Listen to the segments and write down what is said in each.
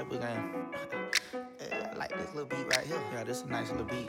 Type of game. I like this little beat right here. Yeah, this is a nice little beat.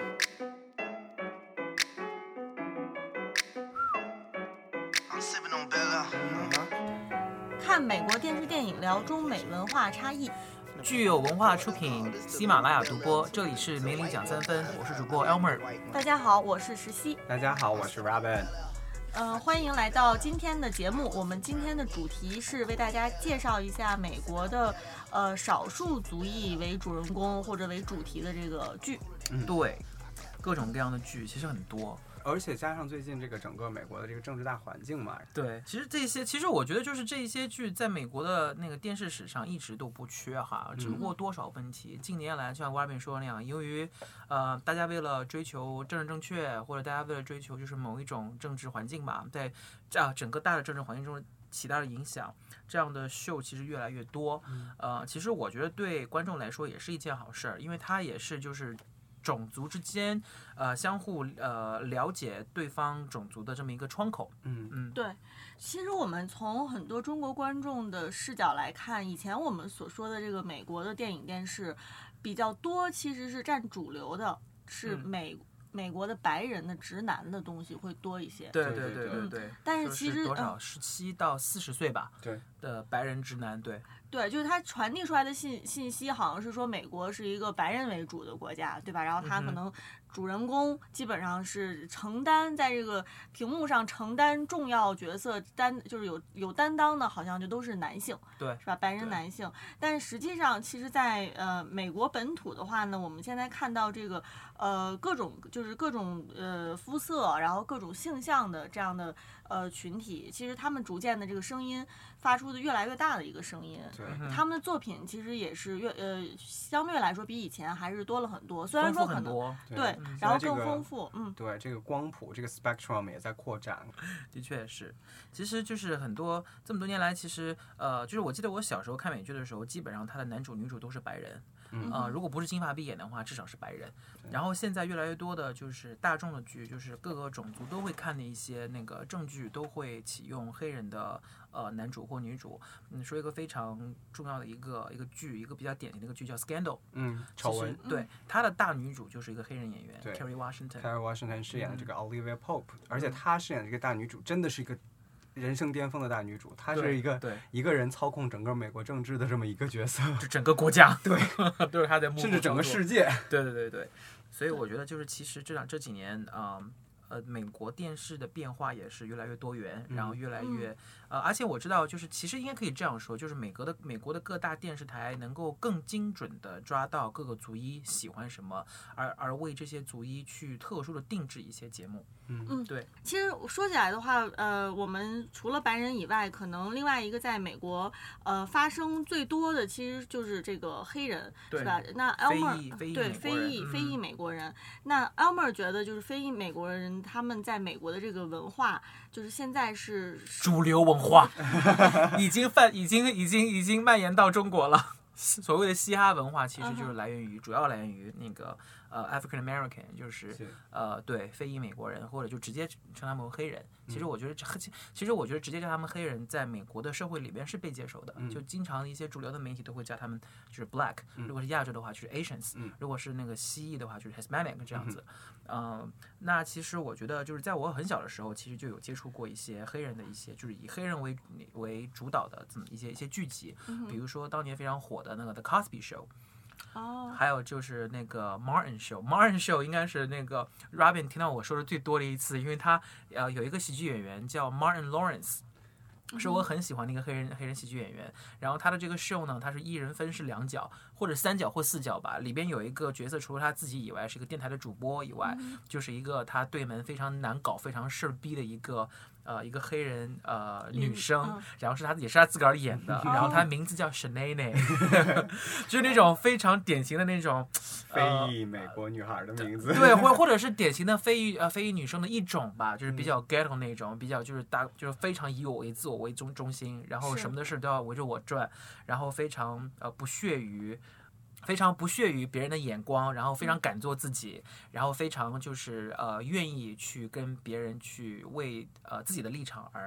I'm sipping on Bella. 看美国电视电影，聊中美文化差异。 具有文化出品，喜马拉雅独播。这里是梅里讲3分，我是主播 Elmer。 大家好，我是石溪。 大家好，我是 Robin。 欢迎来到今天的节目。我们今天的主题是为大家介绍一下美国的少数族裔为主人公或者为主题的这个剧。 对，各种各样的剧其实很多。 而且加上最近这个整个美国的这个政治大环境嘛， 对，其实我觉得就是这些剧在美国的那个电视史上一直都不缺哈，只不过多少问题。近年来，就像 Robin 说的那样，由于大家为了追求政治正确，或者大家为了追求就是某一种政治环境吧，在整个大的政治环境中起到的影响，这样的秀其实越来越多。其实我觉得对观众来说也是一件好事儿，因为它也是就是种族之间相互了解对方种族的这么一个窗口。 对，其实我们从很多中国观众的视角来看，以前我们所说的这个美国的电影电视比较多，其实是占主流的，是美国的白人的直男的东西会多一些。 对。 但是其实多少17到40岁吧， 对的白人直男， 对，就是他传递出来的信息好像是说美国是一个白人为主的国家，对吧？然后他可能主人公基本上是承担在这个屏幕上承担重要角色，就是有担当的，好像就都是男性， 对， 是吧？白人男性。但实际上，其实在美国本土的话呢，我们现在看到这个各种肤色，然后各种性向的这样的群体，其实他们逐渐的这个声音发出的越来越大的一个声音。他们的作品其实也是相对来说比以前还是多了很多，虽然说可能对，然后更丰富。 对，这个光谱这个 spectrum 也在扩展。 的确是，其实就是很多这么多年来，其实就是我记得我小时候看美剧的时候，基本上他的男主女主都是白人。如果不是金发碧眼的话，至少是白人。然后现在越来越多的就是大众的剧，就是各个种族都会看的一些那个正剧，都会启用黑人的男主或女主。说一个非常重要的一个剧，一个比较典型的一个剧叫 Scandal。 丑闻。 对，他的大女主就是一个黑人演员 Kerry Washington 饰演的这个 Olivia Pope，而且她饰演的这个大女主真的是一个人生巅峰的大女主，她是一个人操控整个美国政治的这么一个角色， 就整个国家， 对， 都是她在幕后， 甚至整个世界。 对，所以我觉得就是其实这几年美国电视的变化也是越来越多元，然后越来越而且我知道就是其实应该可以这样说，就是美国的各大电视台能够更精准的抓到各个族裔喜欢什么，而为这些族裔去特殊的定制一些节目。对。 其实说起来的话，我们除了白人以外，可能另外一个在美国发生最多的其实就是这个黑人，是吧？那 Elmer 对非裔美国人，那 Elmer 觉得就是非裔美国人他们在美国的这个文化，就是现在是主流文化，已经蔓延到中国了。所谓的嘻哈文化其实就是主要来源于那个African American， 就是对非裔美国人，或者就直接称他们为黑人。其实我觉得直接叫他们黑人，在美国的社会里边是被接受的。就经常一些主流的媒体都会叫他们就是 Black，如果是亚洲的话就是 Asians，如果是那个西裔的话就是 Hispanic 这样子。那其实我觉得就是在我很小的时候，其实就有接触过一些黑人的一些就是以黑人为主导的这么一些剧集，比如说当年非常火的那个 The Cosby Show。还有就是那个 Martin Show 应该是那个 Robin 听到我说的最多的一次，因为他有一个喜剧演员叫 Martin Lawrence， 是我很喜欢的一个黑人喜剧演员。然后他的这个 show 呢，他是一人分饰2角或者3角或4角吧，里边有一个角色除了他自己以外是一个电台的主播以外，就是一个他对门非常难搞非常事儿逼的一个黑人女生，然后也是他自个儿演的，然后他名字叫 Shanae， 就是那种非常典型的那种非裔美国女孩的名字， 对，或者是典型的非裔女生的一种吧，就是比较 ghetto 那种，比较就是非常以我为自我为中心，然后什么的事都要围着我转，然后非常不屑于别人的眼光，然后非常敢做自己，然后非常就是愿意去跟别人去为自己的立场而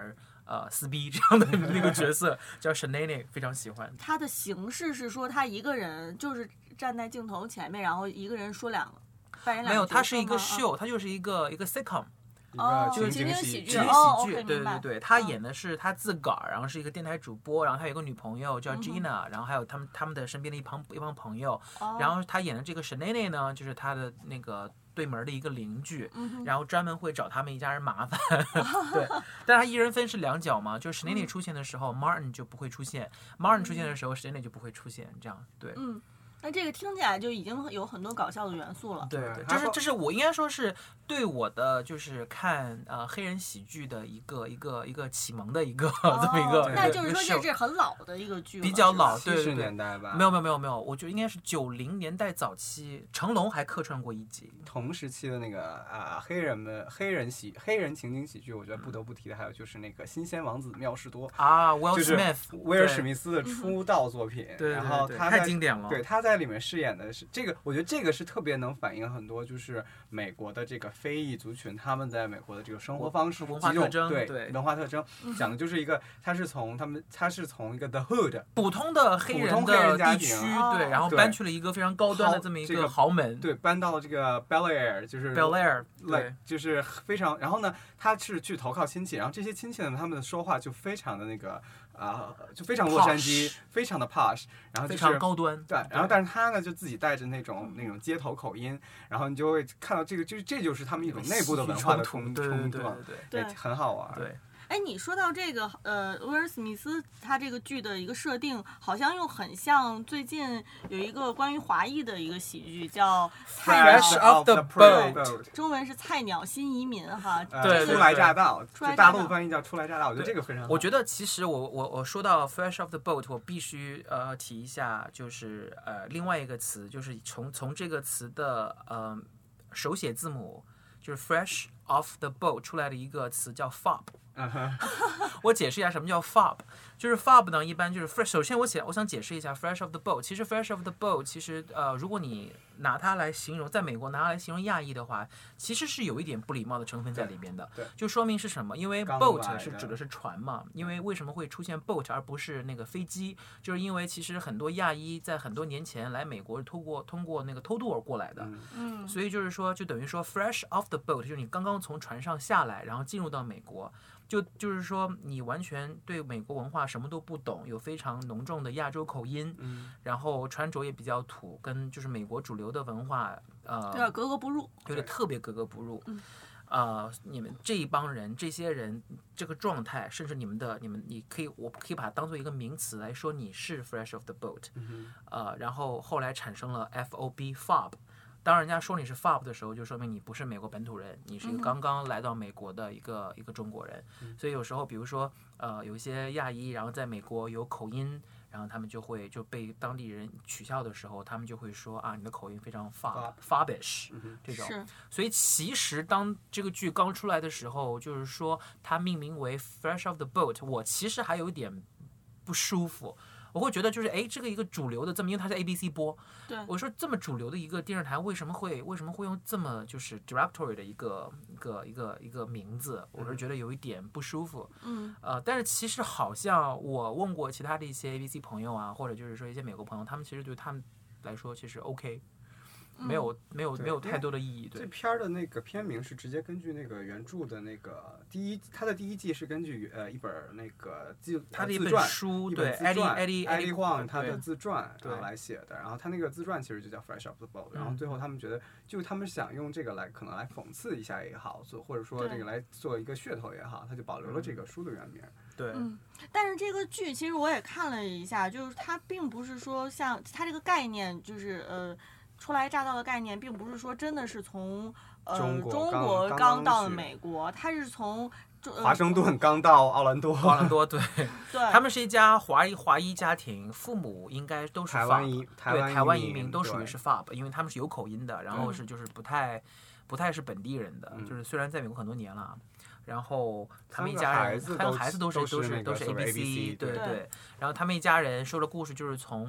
撕逼这样的那个角色叫 Shanae， 非常喜欢。 他的形式是说他一个人就是站在镜头前面，然后一个人说扮演两个角色吗？ 没有，它是一个秀，它就是一个 sitcom。 就是情景喜剧， 对，他演的是他自个儿，然后是一个电台主播，然后他有一个女朋友叫 Gina，然后还有他们的身边的一帮朋友，然后他演的这个 Shanae 呢，就是他的那个对门的一个邻居，然后专门会找他们一家人麻烦，对，但他一人分饰两角嘛，就是 Shanae 出现的时候，Martin 就不会出现，Martin 出现的时候，Shanae 就不会出现，这样对。 那这个听起来就已经有很多搞笑的元素了。 对，这是我应该说是对我的就是看黑人喜剧的一个启蒙的一个这么一个。 那就是说这是很老的一个剧了， 比较老，对 70年代吧。 没有，我觉得应该是90年代早期，成龙还客串过一集。 同时期的那个黑人情景喜剧，我觉得不得不提的还有就是那个新鲜王子妙事多 Will Smith， 威尔史密斯的出道作品， 对， 然后他太经典了。 对，他在里面饰演的是这个，我觉得这个是特别能反映很多就是美国的这个非裔族群他们在美国的这个生活方式、 文化特征， 对文化特征，讲的就是一个他是从一个 The Hood 普通的黑人的地区，对，然后搬去了一个非常高端的这么一个豪门， 对，搬到了这个 Bel Air， 就是 Bel Air， 对，就是非常，然后呢，他是去投靠亲戚，然后这些亲戚呢，他们的说话就非常的那个。就非常洛杉矶，非常的 posh， 然后就是非常高端， 对，然后但是他呢就自己带着那种街头口音，然后你就会看到这就是他们一种内部的文化的冲突，对，很好玩， 对。 哎，你说到这个，威尔史密斯他这个剧的一个设定，好像又很像最近有一个关于华裔的一个喜剧，叫《 Fresh Off the Boat》， 中文是《菜鸟新移民》哈， 对， 初来乍到，大陆翻译叫初来乍到，我觉得这个非常好。 我觉得其实我说到 Fresh Off the Boat， 我必须提一下，就是另外一个词，就是从这个词的手写字母，就是 Fresh Off the Boat 出来的一个词叫 FOB。我解释一下什么叫 FOB， 就是 FOB 呢，一般就是 fresh。首先我想解释一下 fresh off the boat。其实 fresh off the boat， 其实如果你拿它来形容，在美国拿它来形容亚裔的话，其实是有一点不礼貌的成分在里边的。 对， 就说明是什么？因为 boat 是指的是船嘛。因为为什么会出现 boat 而不是那个飞机？就是因为其实很多亚裔在很多年前来美国通过那个偷渡而过来的。所以就是说，就等于说 fresh off the boat， 就是你刚刚从船上下来，然后进入到美国。就是说，你完全对美国文化什么都不懂，有非常浓重的亚洲口音，然后穿着也比较土，跟就是美国主流的文化有点格格不入， 有点特别格格不入。你们这一帮人，这些人这个状态，甚至我可以把它当做一个名词来说，你是 fresh off the boat，然后后来产生了 FOB。当人家说你是 FOB 的时候，就说明你不是美国本土人，你是一个刚刚来到美国的一个中国人。所以有时候，比如说有一些亚裔，然后在美国有口音，然后他们就被当地人取笑的时候，他们就会说你的口音非常 FOBish 这种。所以其实当这个剧刚出来的时候，就是说它命名为 Fresh Off the Boat， 我其实还有一点不舒服。我会觉得就是这个一个主流的这么，因为它是 ABC 播， 对， 我说这么主流的一个电视台为什么会用这么就是 derogatory 的一个名字，我是觉得有一点不舒服。但是其实好像我问过其他的一些 ABC 朋友啊，或者就是说一些美国朋友，他们其实对他们来说其实 OK。没有太多的意义。对， 这片儿的那个片名是直接根据那个原著的那个它的第一季是根据一本那个他的一本书，对 ，Eddie Huang 他的自传来写的。然后他那个自传其实就叫 Fresh Off the Boat。然后最后他们觉得，就他们想用这个可能来讽刺一下也好，或者说这个来做一个噱头也好，他就保留了这个书的原名。 对， 但是这个剧其实我也看了一下，就是它并不是说像它这个概念，就是初来乍到的概念，并不是说真的是从中国刚到了美国，它是从华盛顿刚到奥兰多， 对，他们是一家华裔家庭，父母应该都是 FOB， 台湾移民都属于是 FOB， 因为他们是有口音的，然后是就是不太是本地人的，就是虽然在美国很多年了。然后他们一家人，孩子都是 ABC， 对，然后他们一家人说的故事就是从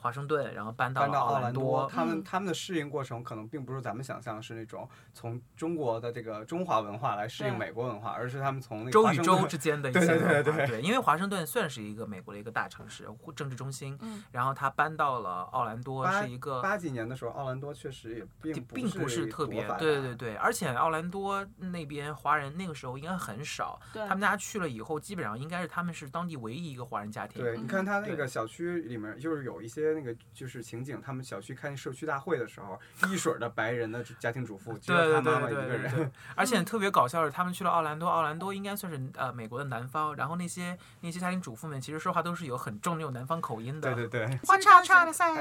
华盛顿，然后搬到奥兰多。他们的适应过程可能并不是咱们想象是那种从中国的这个中华文化来适应美国文化，而是他们从那个州与州之间的一些文化。 对， 因为华盛顿算是一个美国的一个大城市，政治中心。然后他搬到了奥兰多，是一个 80几年的时候，奥兰多确实也并不是特别对，而且奥兰多那边华人那个时候应该很少，他们家去了以后，基本上应该是他们是当地唯一一个华人家庭。 对，你看他那个小区里面，就是有一些那个就是情景，他们小区开社区大会的时候，一水的白人的家庭主妇，只有他妈妈一个人。 而且特别搞笑的是，他们去了奥兰多应该算是美国的南方，然后那些家庭主妇们其实说话都是有很重那种南方口音的。 对。 我叉的赛。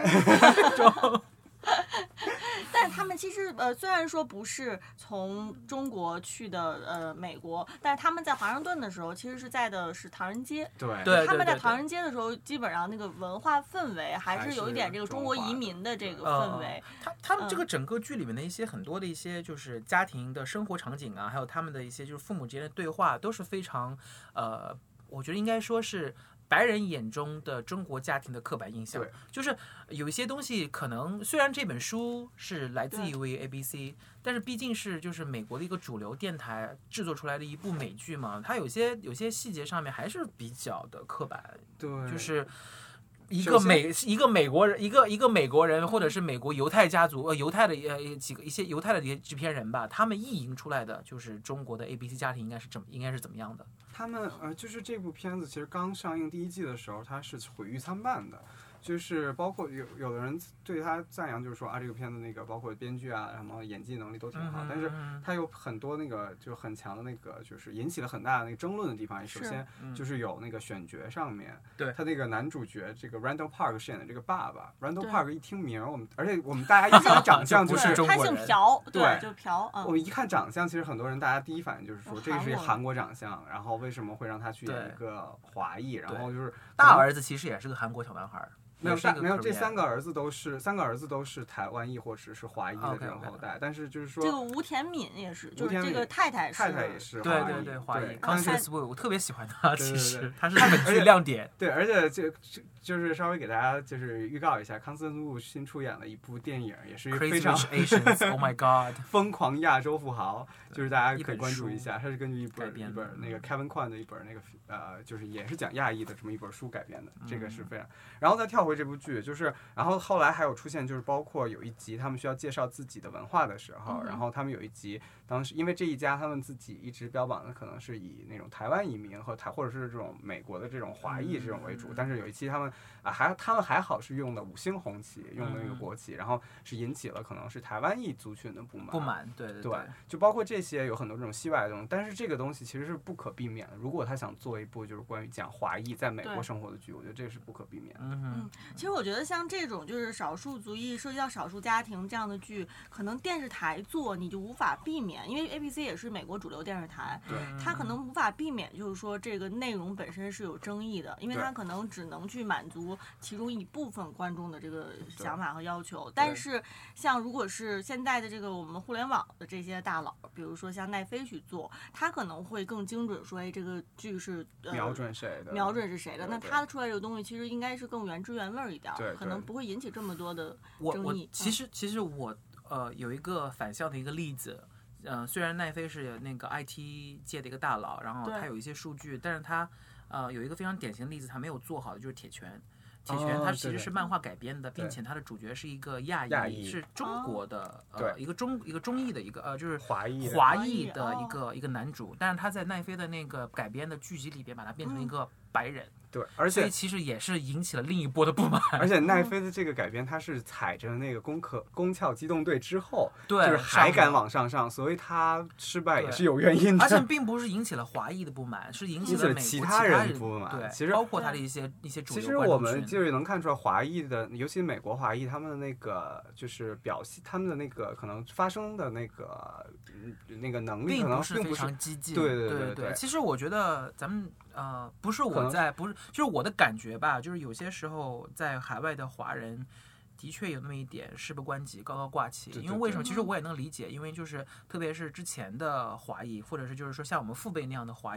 但他们其实虽然说不是从中国去的美国，但是他们在华盛顿的时候其实是在的是唐人街。 对， 他们在唐人街的时候，基本上那个文化氛围还是有一点这个中国移民的这个氛围。 他们这个整个剧里面的很多的一些就是家庭的生活场景啊，还有他们的一些就是父母之间的对话，都是非常我觉得应该说是白人眼中的中国家庭的刻板印象。就是有一些东西可能虽然这本书是来自于 ABC， 但是毕竟是就是美国的一个主流电台制作出来的一部美剧嘛，它有些细节上面还是比较的刻板。 对， 就是一个美国人或者是美国犹太家族犹太的一些犹太的制片人吧，他们意淫出来的就是中国的 ABC 家庭应该是怎么样的。 他们就是这部片子其实刚上映第1季的时候，它是毁誉参半的。就是包括有的人对他赞扬，就是说这个片子那个包括编剧啊，然后演技能力都挺好，但是他有很多那个就很强的那个就是引起了很大的那个争论的地方。首先就是有那个选角上面， 对他那个男主角这个 Randall Park 饰演的这个爸爸 Randall Park 一听名而且我们大家一看长相就是中国人， 他姓朴， 对， 就是朴。 我们一看长相，其实很多人大家第一反应就是说这是韩国长相，然后为什么会让他去演一个华裔？然后就是大儿子其实也是个韩国小男孩。 没有，这3个儿子都是台湾裔或者是华裔的这种后代，但是就是说这个吴田敏也是，就是这个太太也是对华裔。Constance Wu 我特别喜欢他，其实他是本剧亮点。 对，而且就是稍微给大家就是预告一下，Constance Wu 新出演了一部电影，也是非常 Crazy Rich Asians Oh my God 疯狂亚洲富豪，就是大家可以关注一下，它是根据一本那个 Kevin Kwan 的一本那个就是也是讲亚裔的这么一本书改编的，这个是非常。然后再跳回这部剧，就是然后后来还有出现，就是包括有一集他们需要介绍自己的文化的时候，然后他们有一集当时因为这一家他们自己一直标榜的可能是以那种台湾移民或者是这种美国的这种华裔这种为主，但是有一期他们还好是用的5星红旗，用的那个国旗，然后是引起了可能是台湾裔族群的不满。对，就包括这些有很多这种西外的东西，但是这个东西其实是不可避免的。如果他想做一部就是关于讲华裔在美国生活的剧，我觉得这是不可避免的。 其实我觉得像这种就是少数族裔涉及到少数家庭这样的剧，可能电视台做你就无法避免，因为 ABC 也是美国主流电视台，它可能无法避免就是说这个内容本身是有争议的，因为它可能只能去满足其中一部分观众的这个想法和要求。但是像如果是现在的这个我们互联网的这些大佬，比如说像奈飞去做，他可能会更精准说，这个剧是瞄准谁的， 那他出来这个东西其实应该是更原汁原味一点，可能不会引起这么多的争议。 其实我有一个反向的一个例子，虽然奈飞是那个 IT 界的一个大佬，然后他有一些数据，但是他有一个非常典型的例子他没有做好的，就是铁拳。它其实是漫画改编的，并且它的主角是一个亚裔，是中国的一个中裔的一个就是华裔的一个男主，但是他在奈飞的那个改编的剧集里边把它变成一个白人。 对，而且所以其实也是引起了另一波的不满。 而且奈飞的这个改编，它是踩着那个攻壳机动队之后， 对， 就是还敢往上，所以它失败也是有原因的。 而且并不是引起了华裔的不满，是引起了其他人不满。 对， 其实包括他的一些主流观众群。 其实我们就是能看出来，华裔的，尤其美国华裔，他们的那个就是表现，他们的那个可能发声的那个能力，可能并不是非常激进。 对。 其实我觉得咱们不是就是我的感觉吧，就是有些时候在海外的华人的确有那么一点事不关己高高挂起。因为为什么？其实我也能理解，因为就是特别是之前的华裔，或者是就是说像我们父辈那样的华裔，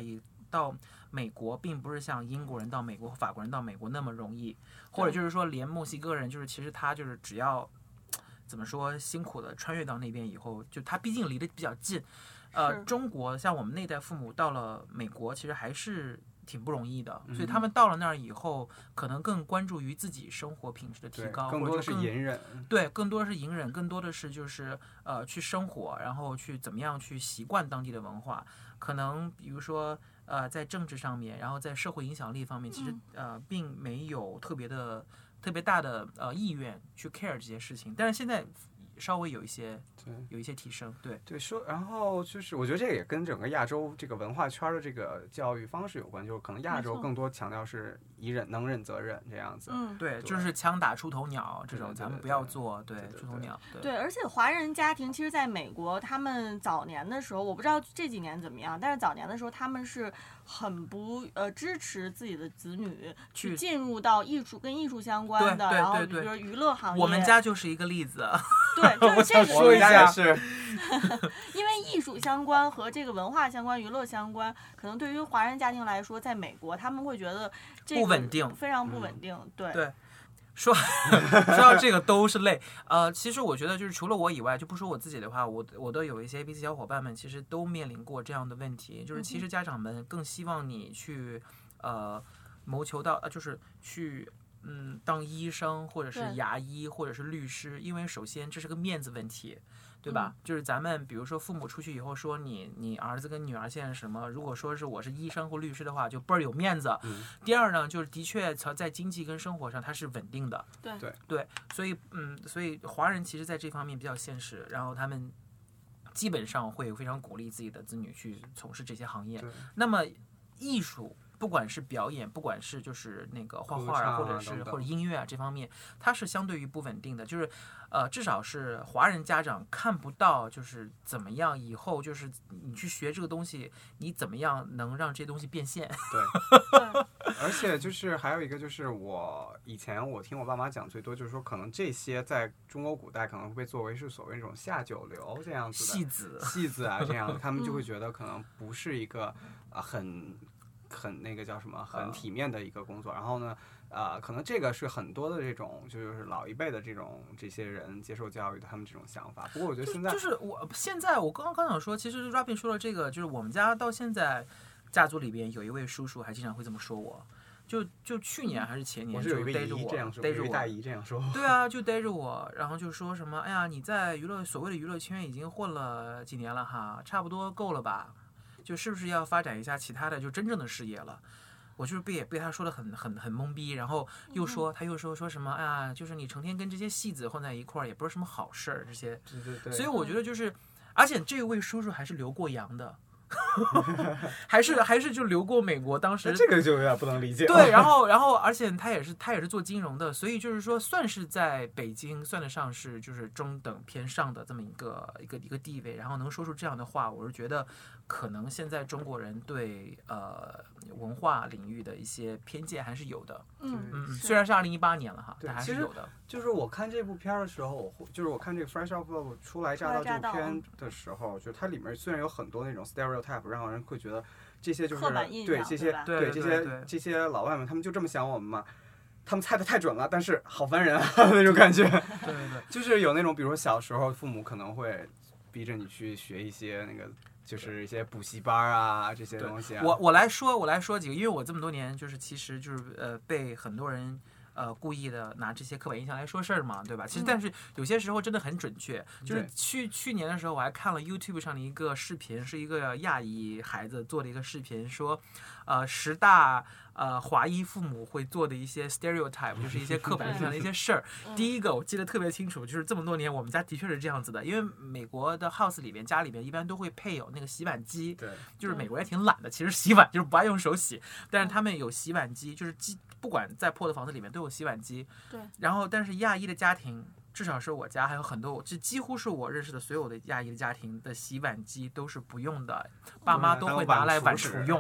到美国并不是像英国人到美国、法国人到美国那么容易，或者就是说连墨西哥人就是其实他就是只要怎么说辛苦的穿越到那边以后，就他毕竟离得比较近。中国像我们那代父母到了美国，其实还是挺不容易的，所以他们到了那儿以后，可能更关注于自己生活品质的提高， 更多的是隐忍。 对，更多的是隐忍，更多的是就是去生活，然后去怎么样去习惯当地的文化。可能比如说在政治上面，然后在社会影响力方面，其实并没有特别大的意愿去 care 这些事情，但是现在稍微有一些提升，对说，然后就是我觉得这个也跟整个亚洲这个文化圈的这个教育方式有关，就是可能亚洲更多强调是能忍则忍这样子， 对，就是枪打出头鸟这种咱们不要做，对，出头鸟， 对，而且华人家庭其实在美国，他们早年的时候，我不知道这几年怎么样，但是早年的时候他们是很不支持自己的子女去进入到跟艺术相关的，然后比如说娱乐行业。 我们家就是一个例子。 对，就是这个我们家也是。 因为艺术相关和这个文化相关、娱乐相关，可能对于华人家庭来说，在美国他们会觉得这个不稳定， 非常不稳定。对。 说到这个都是泪。其实我觉得就是除了我以外，就不说我自己的话，我都有一些 ABC 小伙伴们，其实都面临过这样的问题，就是其实家长们更希望你去谋求到就是去当医生或者是牙医或者是律师，因为首先这是个面子问题，对吧？就是咱们比如说父母出去以后说你儿子跟女儿现在什么，如果说是我是医生或律师的话，就倍儿有面子。第二呢，就是的确在经济跟生活上它是稳定的。对，所以华人其实在这方面比较现实，然后他们基本上会非常鼓励自己的子女去从事这些行业。那么艺术，不管是表演，不管是就是那个画画啊，或者音乐啊这方面，它是相对于不稳定的，就是至少是华人家长看不到，就是怎么样以后就是你去学这个东西，你怎么样能让这些东西变现？ 对，而且就是还有一个就是以前我听我爸妈讲最多就是说，可能这些在中国古代可能会被作为是所谓那种下九流这样子的戏子啊这样的，他们就会觉得可能不是一个很那个叫什么很体面的一个工作，然后呢可能这个是很多的这种就是老一辈的这些人接受教育的他们这种想法。不过我觉得现在就是我刚想说，其实 Robin 说了这个，就是我们家到现在家族里边有一位叔叔还经常会这么说我，就去年还是前年就逮着我，逮着我大姨这样说， 对啊，就逮着我，然后就说什么，哎呀，你在所谓的娱乐圈已经混了几年了哈，差不多够了吧？就是不是要发展一下其他的就真正的事业了？我就是被他说的很懵逼，然后他又说什么啊，就是你成天跟这些戏子混在一块儿也不是什么好事儿，这些。 对。 所以我觉得就是，而且这位叔叔还是留过洋的。还是就留过美国，当时这个就有点不能理解。 对，然后而且他也是做金融的，所以就是说算是在北京算得上是就是中等偏上的这么一个地位，然后能说出这样的话，我是觉得可能现在中国人对文化领域的一些偏见还是有的。虽然是2018年了哈，但还是有的。 就是我看这部片的时候，就是我看这个 Fresh Off the Boat 初来乍到这部片的时候，就是它里面虽然有很多那种 stereotype， 让人会觉得这些就是对这些老外们他们就这么想我们嘛，他们猜得太准了，但是好烦人啊那种感觉。 对， 就是有那种比如说小时候父母可能会逼着你去学一些那个就是一些补习班啊这些东西啊。 我来说几个，因为我这么多年就是其实就是被很多人故意的拿这些刻板印象来说事儿嘛，对吧？其实但是有些时候真的很准确。就是去年的时候，我还看了 YouTube 上的一个视频，是一个亚裔孩子做的一个视频，说10大华裔父母会做的一些 stereotype， 就是一些刻板印象的一些事儿。第一个我记得特别清楚，就是这么多年我们家的确是这样子的，因为美国的 house 里边家里边一般都会配有那个洗碗机， 对， 就是美国人也挺懒的，其实洗碗就是不爱用手洗，但是他们有洗碗机，就是不管在破的房子里面都有洗碗机。 对。 然后但是亚裔的家庭，至少是我家还有很多，这几乎是我认识的所有的亚裔的家庭的洗碗机都是不用的，爸妈都会拿来碗橱用。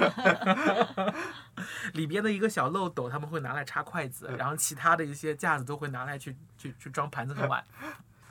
里边的一个小漏斗他们会拿来插筷子，然后其他的一些架子都会拿来去装盘子和碗。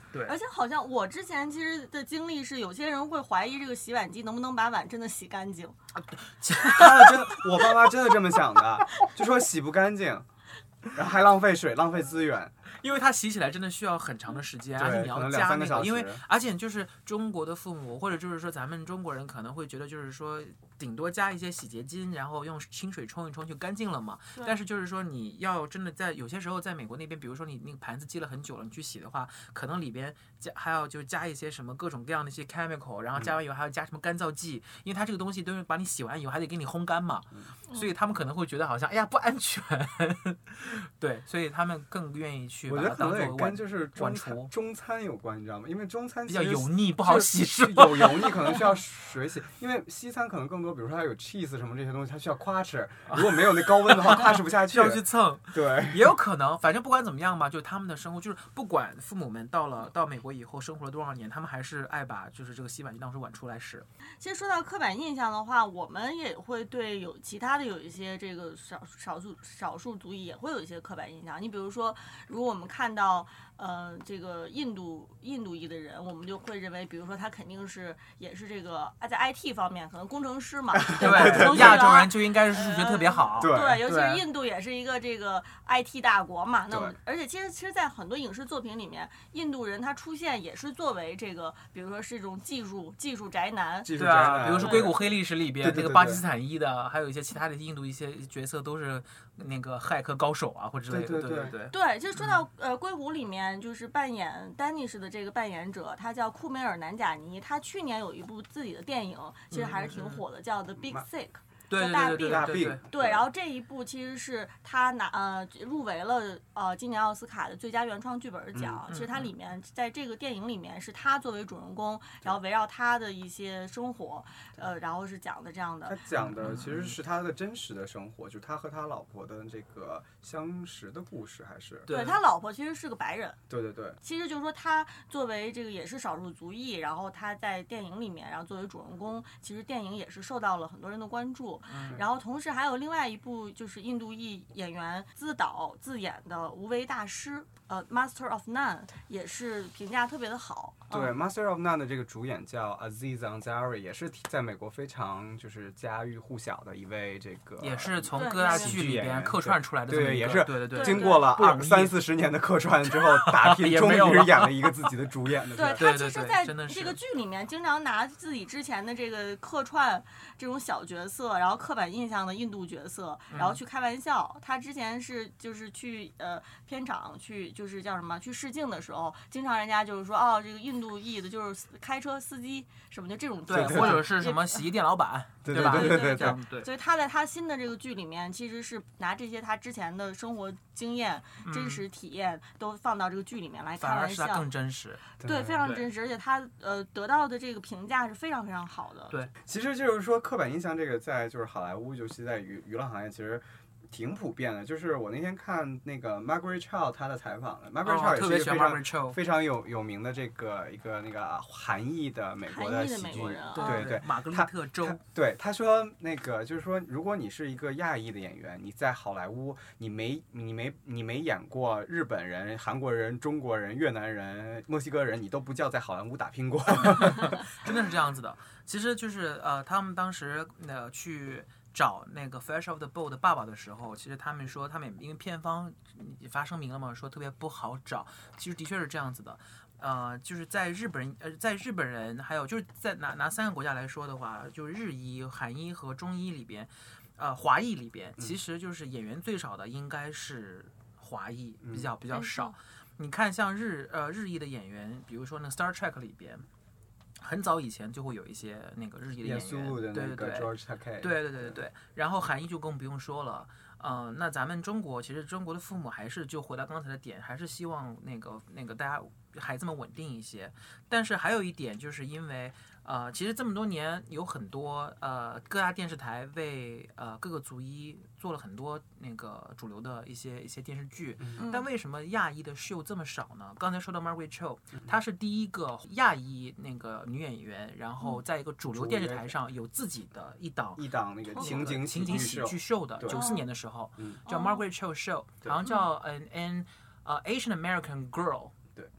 对， 而且好像我之前其实的经历是，有些人会怀疑这个洗碗机能不能把碗真的洗干净。 我爸妈真的这么想的，就说洗不干净，然后还浪费水、浪费资源。 因为它洗起来真的需要很长的时间，而且你要加那个，因为而且就是中国的父母或者就是说咱们中国人可能会觉得就是说顶多加一些洗洁精，然后用清水冲一冲就干净了嘛。但是就是说你要真的在有些时候在美国那边，比如说你那个盘子积了很久了，你去洗的话，可能里边还要就加一些什么各种各样的一些 chemical， 然后加完以后还要加什么干燥剂，因为它这个东西都是把你洗完以后还得给你烘干嘛，所以他们可能会觉得好像哎呀不安全，对，所以他们更愿意去。 我觉得可能也跟就是中餐有关，你知道吗？因为中餐比较油腻，不好洗，是有油腻，可能需要水洗。因为西餐可能更多，比如说它有 cheese 什么这些东西，它需要夸哧，如果没有那高温的话，夸哧不下去， 要去蹭。 对， 也有可能，反正不管怎么样吧，就他们的生活，就是不管父母们到美国以后生活了多少年，他们还是爱把就是这个洗碗机当成碗出来使。 其实说到刻板印象的话，我们也会对有其他的有一些这个少数族裔也会有一些刻板印象。你比如说，如果我们看到这个印度裔的人，我们就会认为，比如说他肯定也是这个在 IT 方面，可能工程师嘛， 对，亚洲人就应该是数学特别好， 对，尤其是印度也是一个这个 IT 大国嘛。那么，而且其实，在很多影视作品里面，印度人他出现也是作为这个，比如说是一种技术宅男， 对啊，比如说《硅谷黑历史》里边那个巴基斯坦裔的，还有一些其他的印度一些角色都是那个骇客高手啊，或者之类的， 对，就说到硅谷里面，就是扮演丹尼什的这个扮演者，他叫库梅尔南贾尼，他去年有一部自己的电影，其实还是挺火的，叫《The Big Sick》。 大病， 对，然后这一部其实是他入围了今年奥斯卡的最佳原创剧本奖。其实它里面在这个电影里面是他作为主人公，然后围绕他的一些生活，然后是讲的这样的。 他讲的其实是他的真实的生活，就是他和他老婆的这个相识的故事，还是对他老婆其实是个白人。 对。 其实就是说他作为这个也是少数族裔，然后他在电影里面，然后作为主人公，其实电影也是受到了很多人的关注。然后同时还有另外一部就是印度裔演员自导自演的《无为大师》Master of None 也是评价特别的好。 对，Master of None 的这个主演叫 Aziz Ansari， 也是在美国非常就是家喻户晓的一位这个， 也是从各大剧里边客串出来的， 对，也是对， 经过了30-40年的客串之后打拼，终于演了一个自己的主演的。 对，他其实在这个剧里面经常拿自己之前的这个客串这种小角色，然后刻板印象的印度角色，然后去开玩笑。他之前就是去片场去就是叫什么去试镜的时候，经常人家就是说这个印度裔的就是开车司机什么的这种角色， 或者是什么洗衣店老板， 对吧？ 对。 所以他在他新的这个剧里面，其实是拿这些他之前的生活经验、真实体验都放到这个剧里面来开玩笑， 反而是他更真实， 对，非常真实，而且他得到的这个评价是非常非常好的。 对， 其实就是说刻板印象这个在就是好莱坞，尤其在娱乐行业，其实挺普遍的。就是我那天看那个 Margaret Cho 她的采访，Margaret Cho 也是一个非常有名的这个一个那个韩裔的美国的喜剧人，对， 玛格丽特州。 对，他说那个就是说，如果你是一个亚裔的演员，你在好莱坞，你没演过日本人、韩国人、中国人、越南人、墨西哥人，你都不叫在好莱坞打拼过。 真的是这样子的。其实就是他们当时去找那个 Fresh Off the Boat 的爸爸的时候，其实他们说他们因为片方也发声明了嘛，说特别不好找。其实的确是这样子的。就是在日本人，还有就是在拿3个国家来说的话，就是日裔、韩裔和中裔里边，华裔里边，其实就是演员最少的应该是华裔，比较少。你看像日裔的演员，比如说那个 Star Trek 里边。很早以前就会有一些那个日裔的演员，对，然后韩裔就更不用说了。那咱们中国的父母还是就回到刚才的点，还是希望那个大家孩子们稳定一些。但是还有一点，就是因为其实这么多年有很多各大电视台为各个族裔做了很多那个主流的一些电视剧，但为什么亚裔的秀这么少呢？刚才说到 Margaret Cho， 她是第一个亚裔那个女演员，然后在一个主流电视台上有自己的一档那个情景喜剧秀的，94年的时候叫 Margaret Cho Show， 好像叫an Asian American Girl。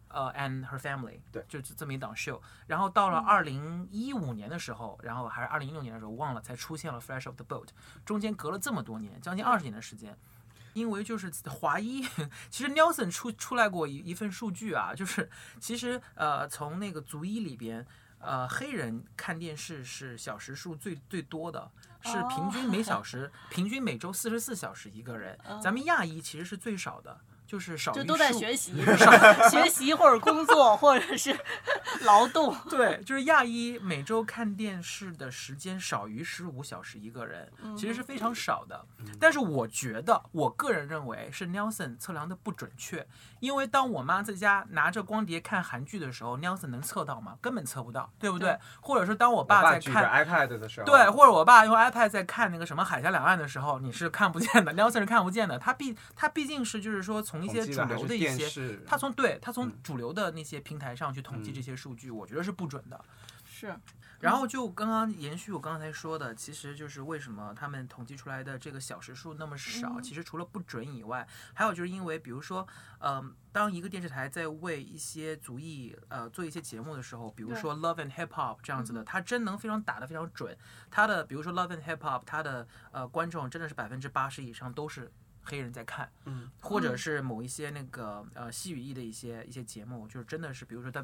and her family， 对， 就这么一档秀。然后到了2015年的时候，然后还是2016年的时候，忘了才出现了 Fresh Off the Boat， 中间隔了这么多年，将近20年的时间。因为就是华裔，其实 Nielsen 出来过一份数据啊，就是其实从那个族裔里边，黑人看电视是小时数最多的，是平均每小时，平均每周44小时一个人。咱们亚裔其实是最少的。就是少于数， 就都在学习，学习或者工作或者是劳动。 对，就是亚裔每周看电视的时间少于15小时一个人，其实是非常少的。但是我觉得，我个人认为是 Nielsen 测量的不准确，因为当我妈在家拿着光碟看韩剧的时候 ，Nielsen 能测到吗？根本测不到，对不对？或者是当我爸在看 iPad 的时候， 对，或者我爸用 iPad 在看那个什么海峡两岸的时候，你是看不见的 ，Nielsen 是看不见的。他毕竟是就是说从一些主流的一些，他从主流的那些平台上去统计这些数据，我觉得是不准的。 是。 然后就刚刚延续我刚才说的，其实就是为什么他们统计出来的这个小时数那么少，其实除了不准以外，还有就是因为比如说，当一个电视台在为一些族裔做一些节目的时候，比如说 Love and Hip Hop 这样子的，它真能非常打得非常准。它的比如说 Love and Hip Hop， 它的观众真的是80%以上都是黑人在看，或者是某一些那个西语裔的一些节目，就是真的是比如说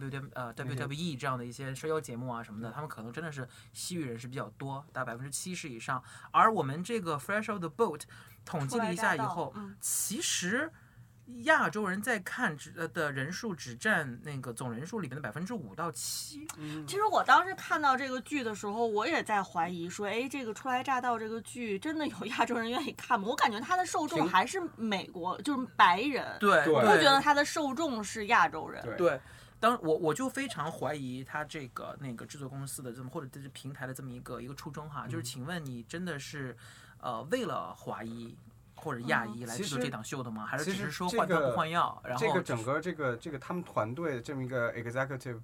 WWE 这样的一些社交节目啊什么的，他们可能真的是西语人是比较多，达70%以上。而我们这个 Fresh Off the Boat 统计了一下以后，其实亚洲人在看的人数只占那个总人数里面的5%到7%。 其实我当时看到这个剧的时候，我也在怀疑说，哎，这个初来乍到这个剧真的有亚洲人愿意看吗？我感觉他的受众还是美国，就是白人。 对， 我不觉得他的受众是亚洲人。 对。我就非常怀疑他这个那个制作公司的或者这是平台的这么一个初衷哈，就是请问你真的是为了华裔或者亚裔来做这档秀的吗？还是只是说换汤不换药？然后这个整个这个他们团队的这么一个 executive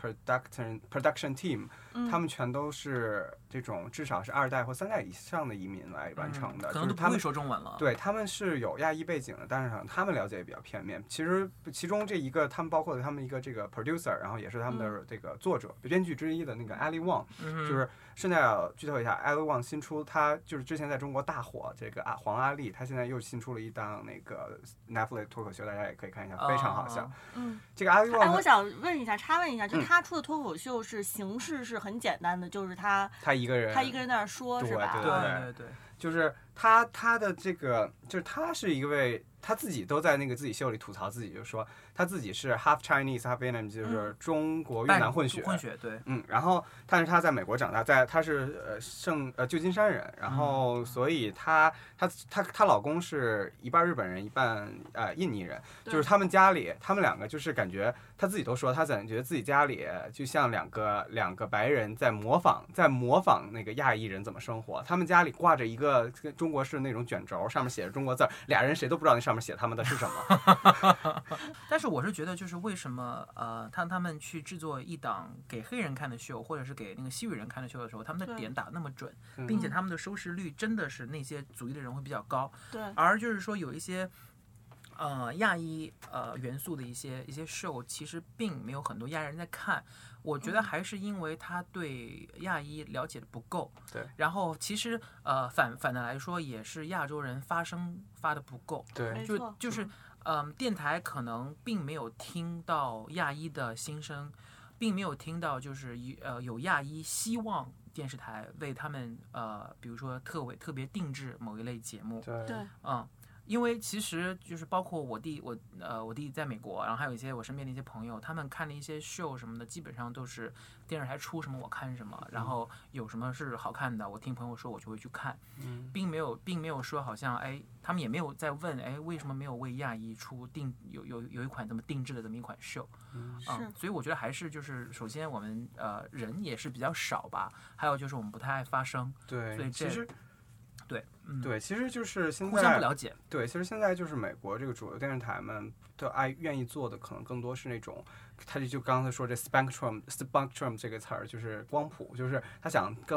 production team，他们全都是这种至少是2代或3代以上的移民来完成的， 可能都不会说中文了。 对，他们是有亚裔背景的，但是他们了解也比较片面。其中这一个他们包括他们一个这个 producer， 然后也是他们的这个作者、编剧之一的那个 Ali Wong，就是顺带要剧透一下 ，Ali Wong 新出，他就是之前在中国大火这个黄阿丽，他现在又新出了一档那个 Netflix 脱口秀，大家也可以看一下，非常好笑。这个 Ali Wong， 我想插问一下，就他出的脱口秀是形式是很简单的，就是他一个人在那儿说，是吧？ 对， 就是他的这个，就是他是一位，他自己都在那个自己秀里吐槽自己，就说他自己是 half Chinese half Vietnamese， 就是中国越南混血， 对， 然后但是他在美国长大，他是旧金山人，然后所以她老公是一半日本人一半印尼人，就是他们家里他们两个就是感觉他自己都说他感觉自己家里就像两个白人在模仿那个亚裔人怎么生活，他们家里挂着一个跟中国式那种卷轴，上面写着中国字，俩人谁都不知道那上面写他们的是什么。 但是我是觉得就是为什么他们去制作一档给黑人看的秀，或者是给那个西语人看的秀的时候，他们的点打那么准，并且他们的收视率真的是那些族裔的人会比较高。 对， 而就是说有一些亚裔元素的一些秀，其实并没有很多亚裔人在看。我觉得还是因为他对亚裔了解的不够。 对。 然后其实反的来说，也是亚洲人发声发的不够。 对。 就是电台可能并没有听到亚裔的心声，并没有听到就是有亚裔希望电视台为他们比如说特别定制某一类节目。 对。 因为其实就是包括我弟在美国，然后还有一些我身边的一些朋友，他们看的一些秀什么的，基本上都是电视台出什么我看什么，然后有什么是好看的，我听朋友说我就会去看，并没有说好像他们也没有在问为什么没有为亚裔出有一款这么定制的这么一款秀，所以我觉得还是就是首先我们人也是比较少吧，还有就是我们不太爱发声， 对， 所以其实。 对， 其实就是现在互相不了解。 对，其实现在就是美国这个主流电视台们都愿意做的，可能更多是那种，他就刚才说这 spectrum 这个词儿，就是光谱，就是他想更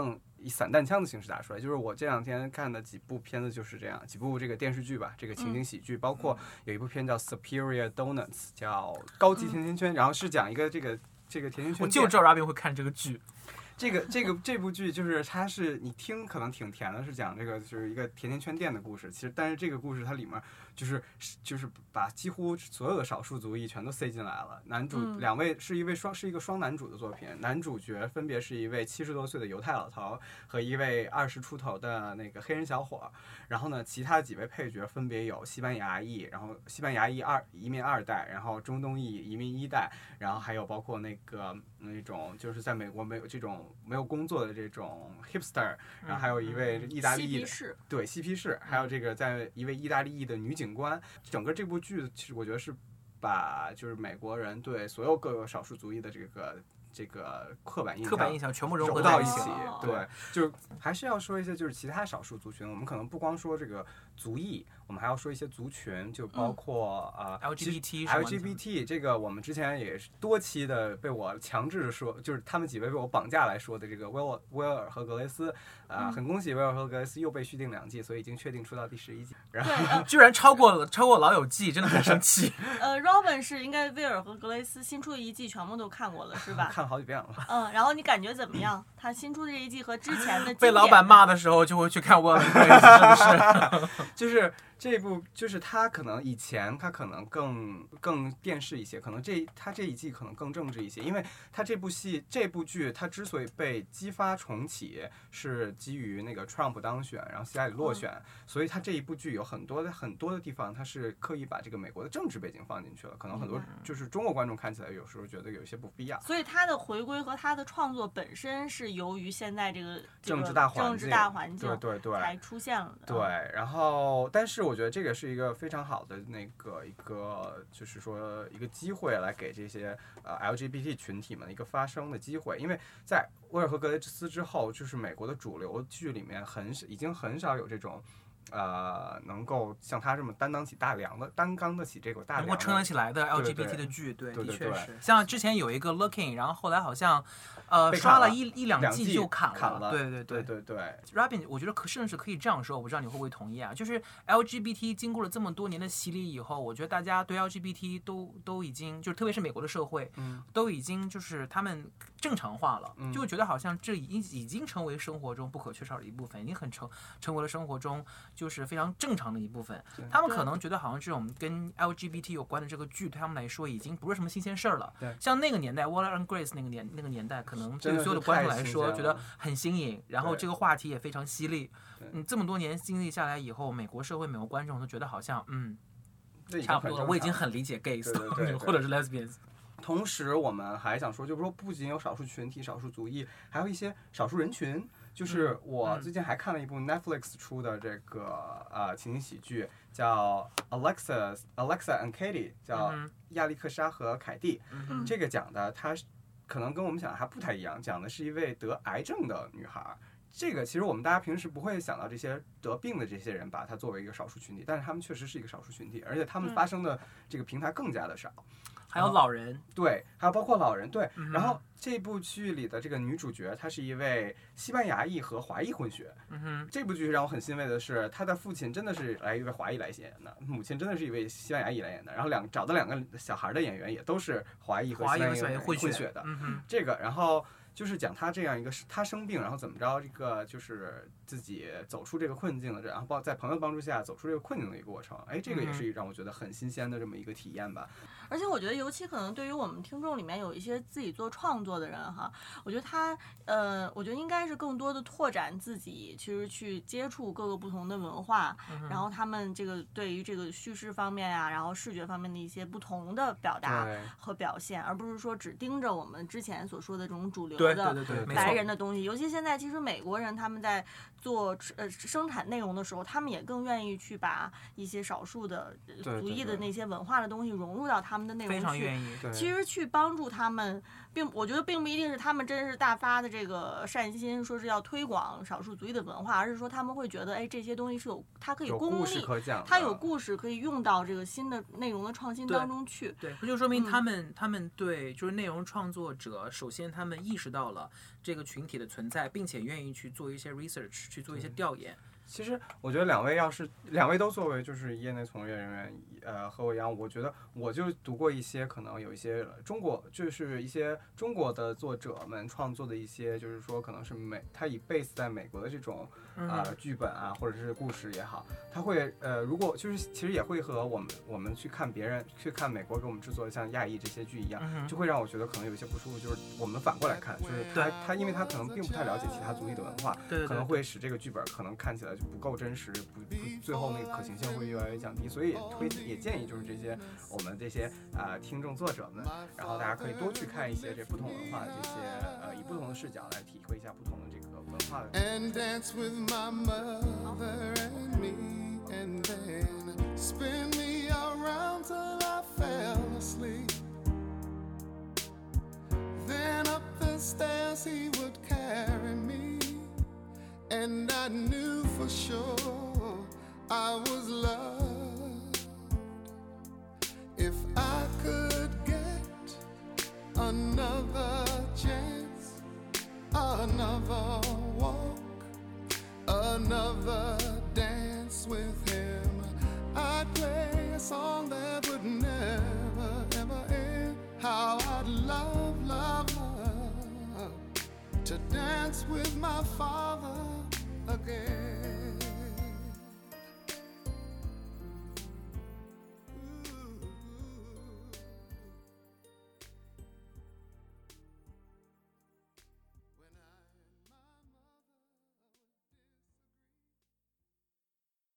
以散弹枪的形式打出来。就是我这2天看的几部片子就是这样，几部这个电视剧吧，这个情景喜剧，包括有一部片叫 Superior Donuts， 叫高级甜甜圈，然后是讲一个这个甜甜圈。 我就知道 Robin 会看这个剧。 这部剧就是它是你听可能挺甜的，是讲这个就是一个甜甜圈店的故事。其实但是这个故事它里面就是把几乎所有的少数族裔全都塞进来了。男主2位是一个双男主的作品，男主角分别是一位70多岁的犹太老头和一位20出头的那个黑人小伙。然后呢，其他几位配角分别有西班牙裔，然后西班牙裔移民2代，然后中东裔移民1代，然后还有包括那种就是在美国没有工作的这种 hipster， 然后还有一位意大利裔的嬉皮士，还有这个在一位意大利裔的女警官。整个这部剧其实我觉得是把就是美国人对所有各个少数族裔的这个刻板印象全部融合到一起。对，就是还是要说一些就是其他少数族群。我们可能不光说这个族裔，我们还要说一些族群，就包括LGBT 这个我们之前也是多期的被我强制说，就是他们几位被我绑架来说的这个威尔和格雷斯很恭喜威尔和格雷斯又被续订2季，所以已经确定出到第11季，然后居然超过老友记，真的很生气。 Robin 是应该威尔和格雷斯新出的1季全部都看过了是吧？ 看了好几遍了。 然后你感觉怎么样？他新出的这1季和之前的被老板骂的时候就会去看威尔和格雷斯，是不是？ 就是这部就是他可能以前他可能更电视一些，可能他这一季可能更政治一些，因为他这部剧他之所以被激发重启，是基于那个 Trump 当选，然后希拉里落选，所以他这一部剧有很多的地方他是刻意把这个美国的政治背景放进去了，可能很多就是中国观众看起来有时候觉得有些不必要。 所以他的回归和他的创作本身是由于现在这个政治大环境对才出现了的。 对，然后但是我觉得这个是一个非常好的一个就是说一个机会，来给这些LGBT 群体们一个发声的机会，因为在威尔和格雷斯之后，就是美国的主流剧里面已经很少有这种能够像他这么担当得起这个大梁， 能够撑得起来的 LGBT 的剧，对，的确是。像之前有一个 Looking， 然后后来好像刷了一两季就砍了。对。Robin， 我觉得甚至可以这样说，我不知道你会不会同意啊？就是 LGBT 经过了这么多年的洗礼以后，我觉得大家对 LGBT 都已经就是特别是美国的社会，都已经就是他们正常化了，就会觉得好像这已经成为生活中不可缺少的一部分，已经成为了生活中就是非常正常的一部分。他们可能觉得好像这种跟 LGBT 有关的这个剧对他们来说已经不是什么新鲜事儿了。像那个年代 Will and Grace 那个年代，可能对所有的观众来说觉得很新颖，然后这个话题也非常犀利。这么多年经历下来以后，美国社会美国观众都觉得好像差不多了，我已经很理解 gays 或者是 lesbians。 同时我们还想说，就是说不仅有少数群体少数族裔，还有一些少数人群。就是我最近还看了一部 Netflix 出的这个情景喜剧，叫 Alexa and Katie， 叫亚历克莎和凯蒂。这个讲的它可能跟我们想的还不太一样，讲的是一位得癌症的女孩。这个其实我们大家平时不会想到这些得病的这些人把它作为一个少数群体，但是他们确实是一个少数群体，而且他们发生的这个平台更加的少。 还有老人， 对，还有包括老人，对。然后这部剧里的这个女主角，她是一位西班牙裔和华裔混血。这部剧让我很欣慰的是，她的父亲真的是一位华裔来演的，母亲真的是一位西班牙裔来演的。然后找的2个小孩的演员也都是华裔和西班牙裔混血的。这个，然后就是讲她这样一个她生病，然后怎么着这个就是自己走出这个困境的，然后在朋友帮助下走出这个困境的一个过程。这个也是让我觉得很新鲜的这么一个体验吧。 而且我觉得，尤其可能对于我们听众里面有一些自己做创作的人哈，我觉得我觉得应该是更多的拓展自己，其实去接触各个不同的文化，然后他们这个对于这个叙事方面呀，然后视觉方面的一些不同的表达和表现，而不是说只盯着我们之前所说的这种主流的白人的东西。尤其现在，其实美国人他们在做生产内容的时候，他们也更愿意去把一些少数的族裔的那些文化的东西融入到他们的内容去， 非常愿意。 其实去帮助他们，我觉得并不一定是他们真是大发的这个善心，说是要推广少数族裔的文化，而是说他们会觉得，这些东西是它可以功利，它有故事可以用到这个新的内容的创新当中去。 对，这就说明他们对就是内容创作者，首先他们意识到了这个群体的存在，并且愿意去做一些 research， 去做一些调研。 其实我觉得两位都作为就是业内从业人员，和我一样，我觉得我就读过一些可能有一些就是一些中国的作者们创作的一些，就是说可能是他以 base 在美国的这种剧本啊，或者是故事也好，他会如果就是其实也会和我们去看别人去看美国给我们制作的像亚裔这些剧一样，就会让我觉得可能有一些不舒服，就是我们反过来看，就是他因为他可能并不太了解其他族裔的文化，可能会使这个剧本可能看起来就不够真实，最后那个可行性会越来越降低，所以也建议就是这些我们这些听众作者们，然后大家可以多去看一些这不同文化的这些以不同的视角来体会一下不同的这个文化的。And dance with my mother and me, and then spin me around till I fell asleep. Then up the stairs he would carry me, and I knew for sure I was loved. If I could get another chance, another walk, another dance with him, I'd play a song that would never ever end. How I'd love, love, love to dance with my father again.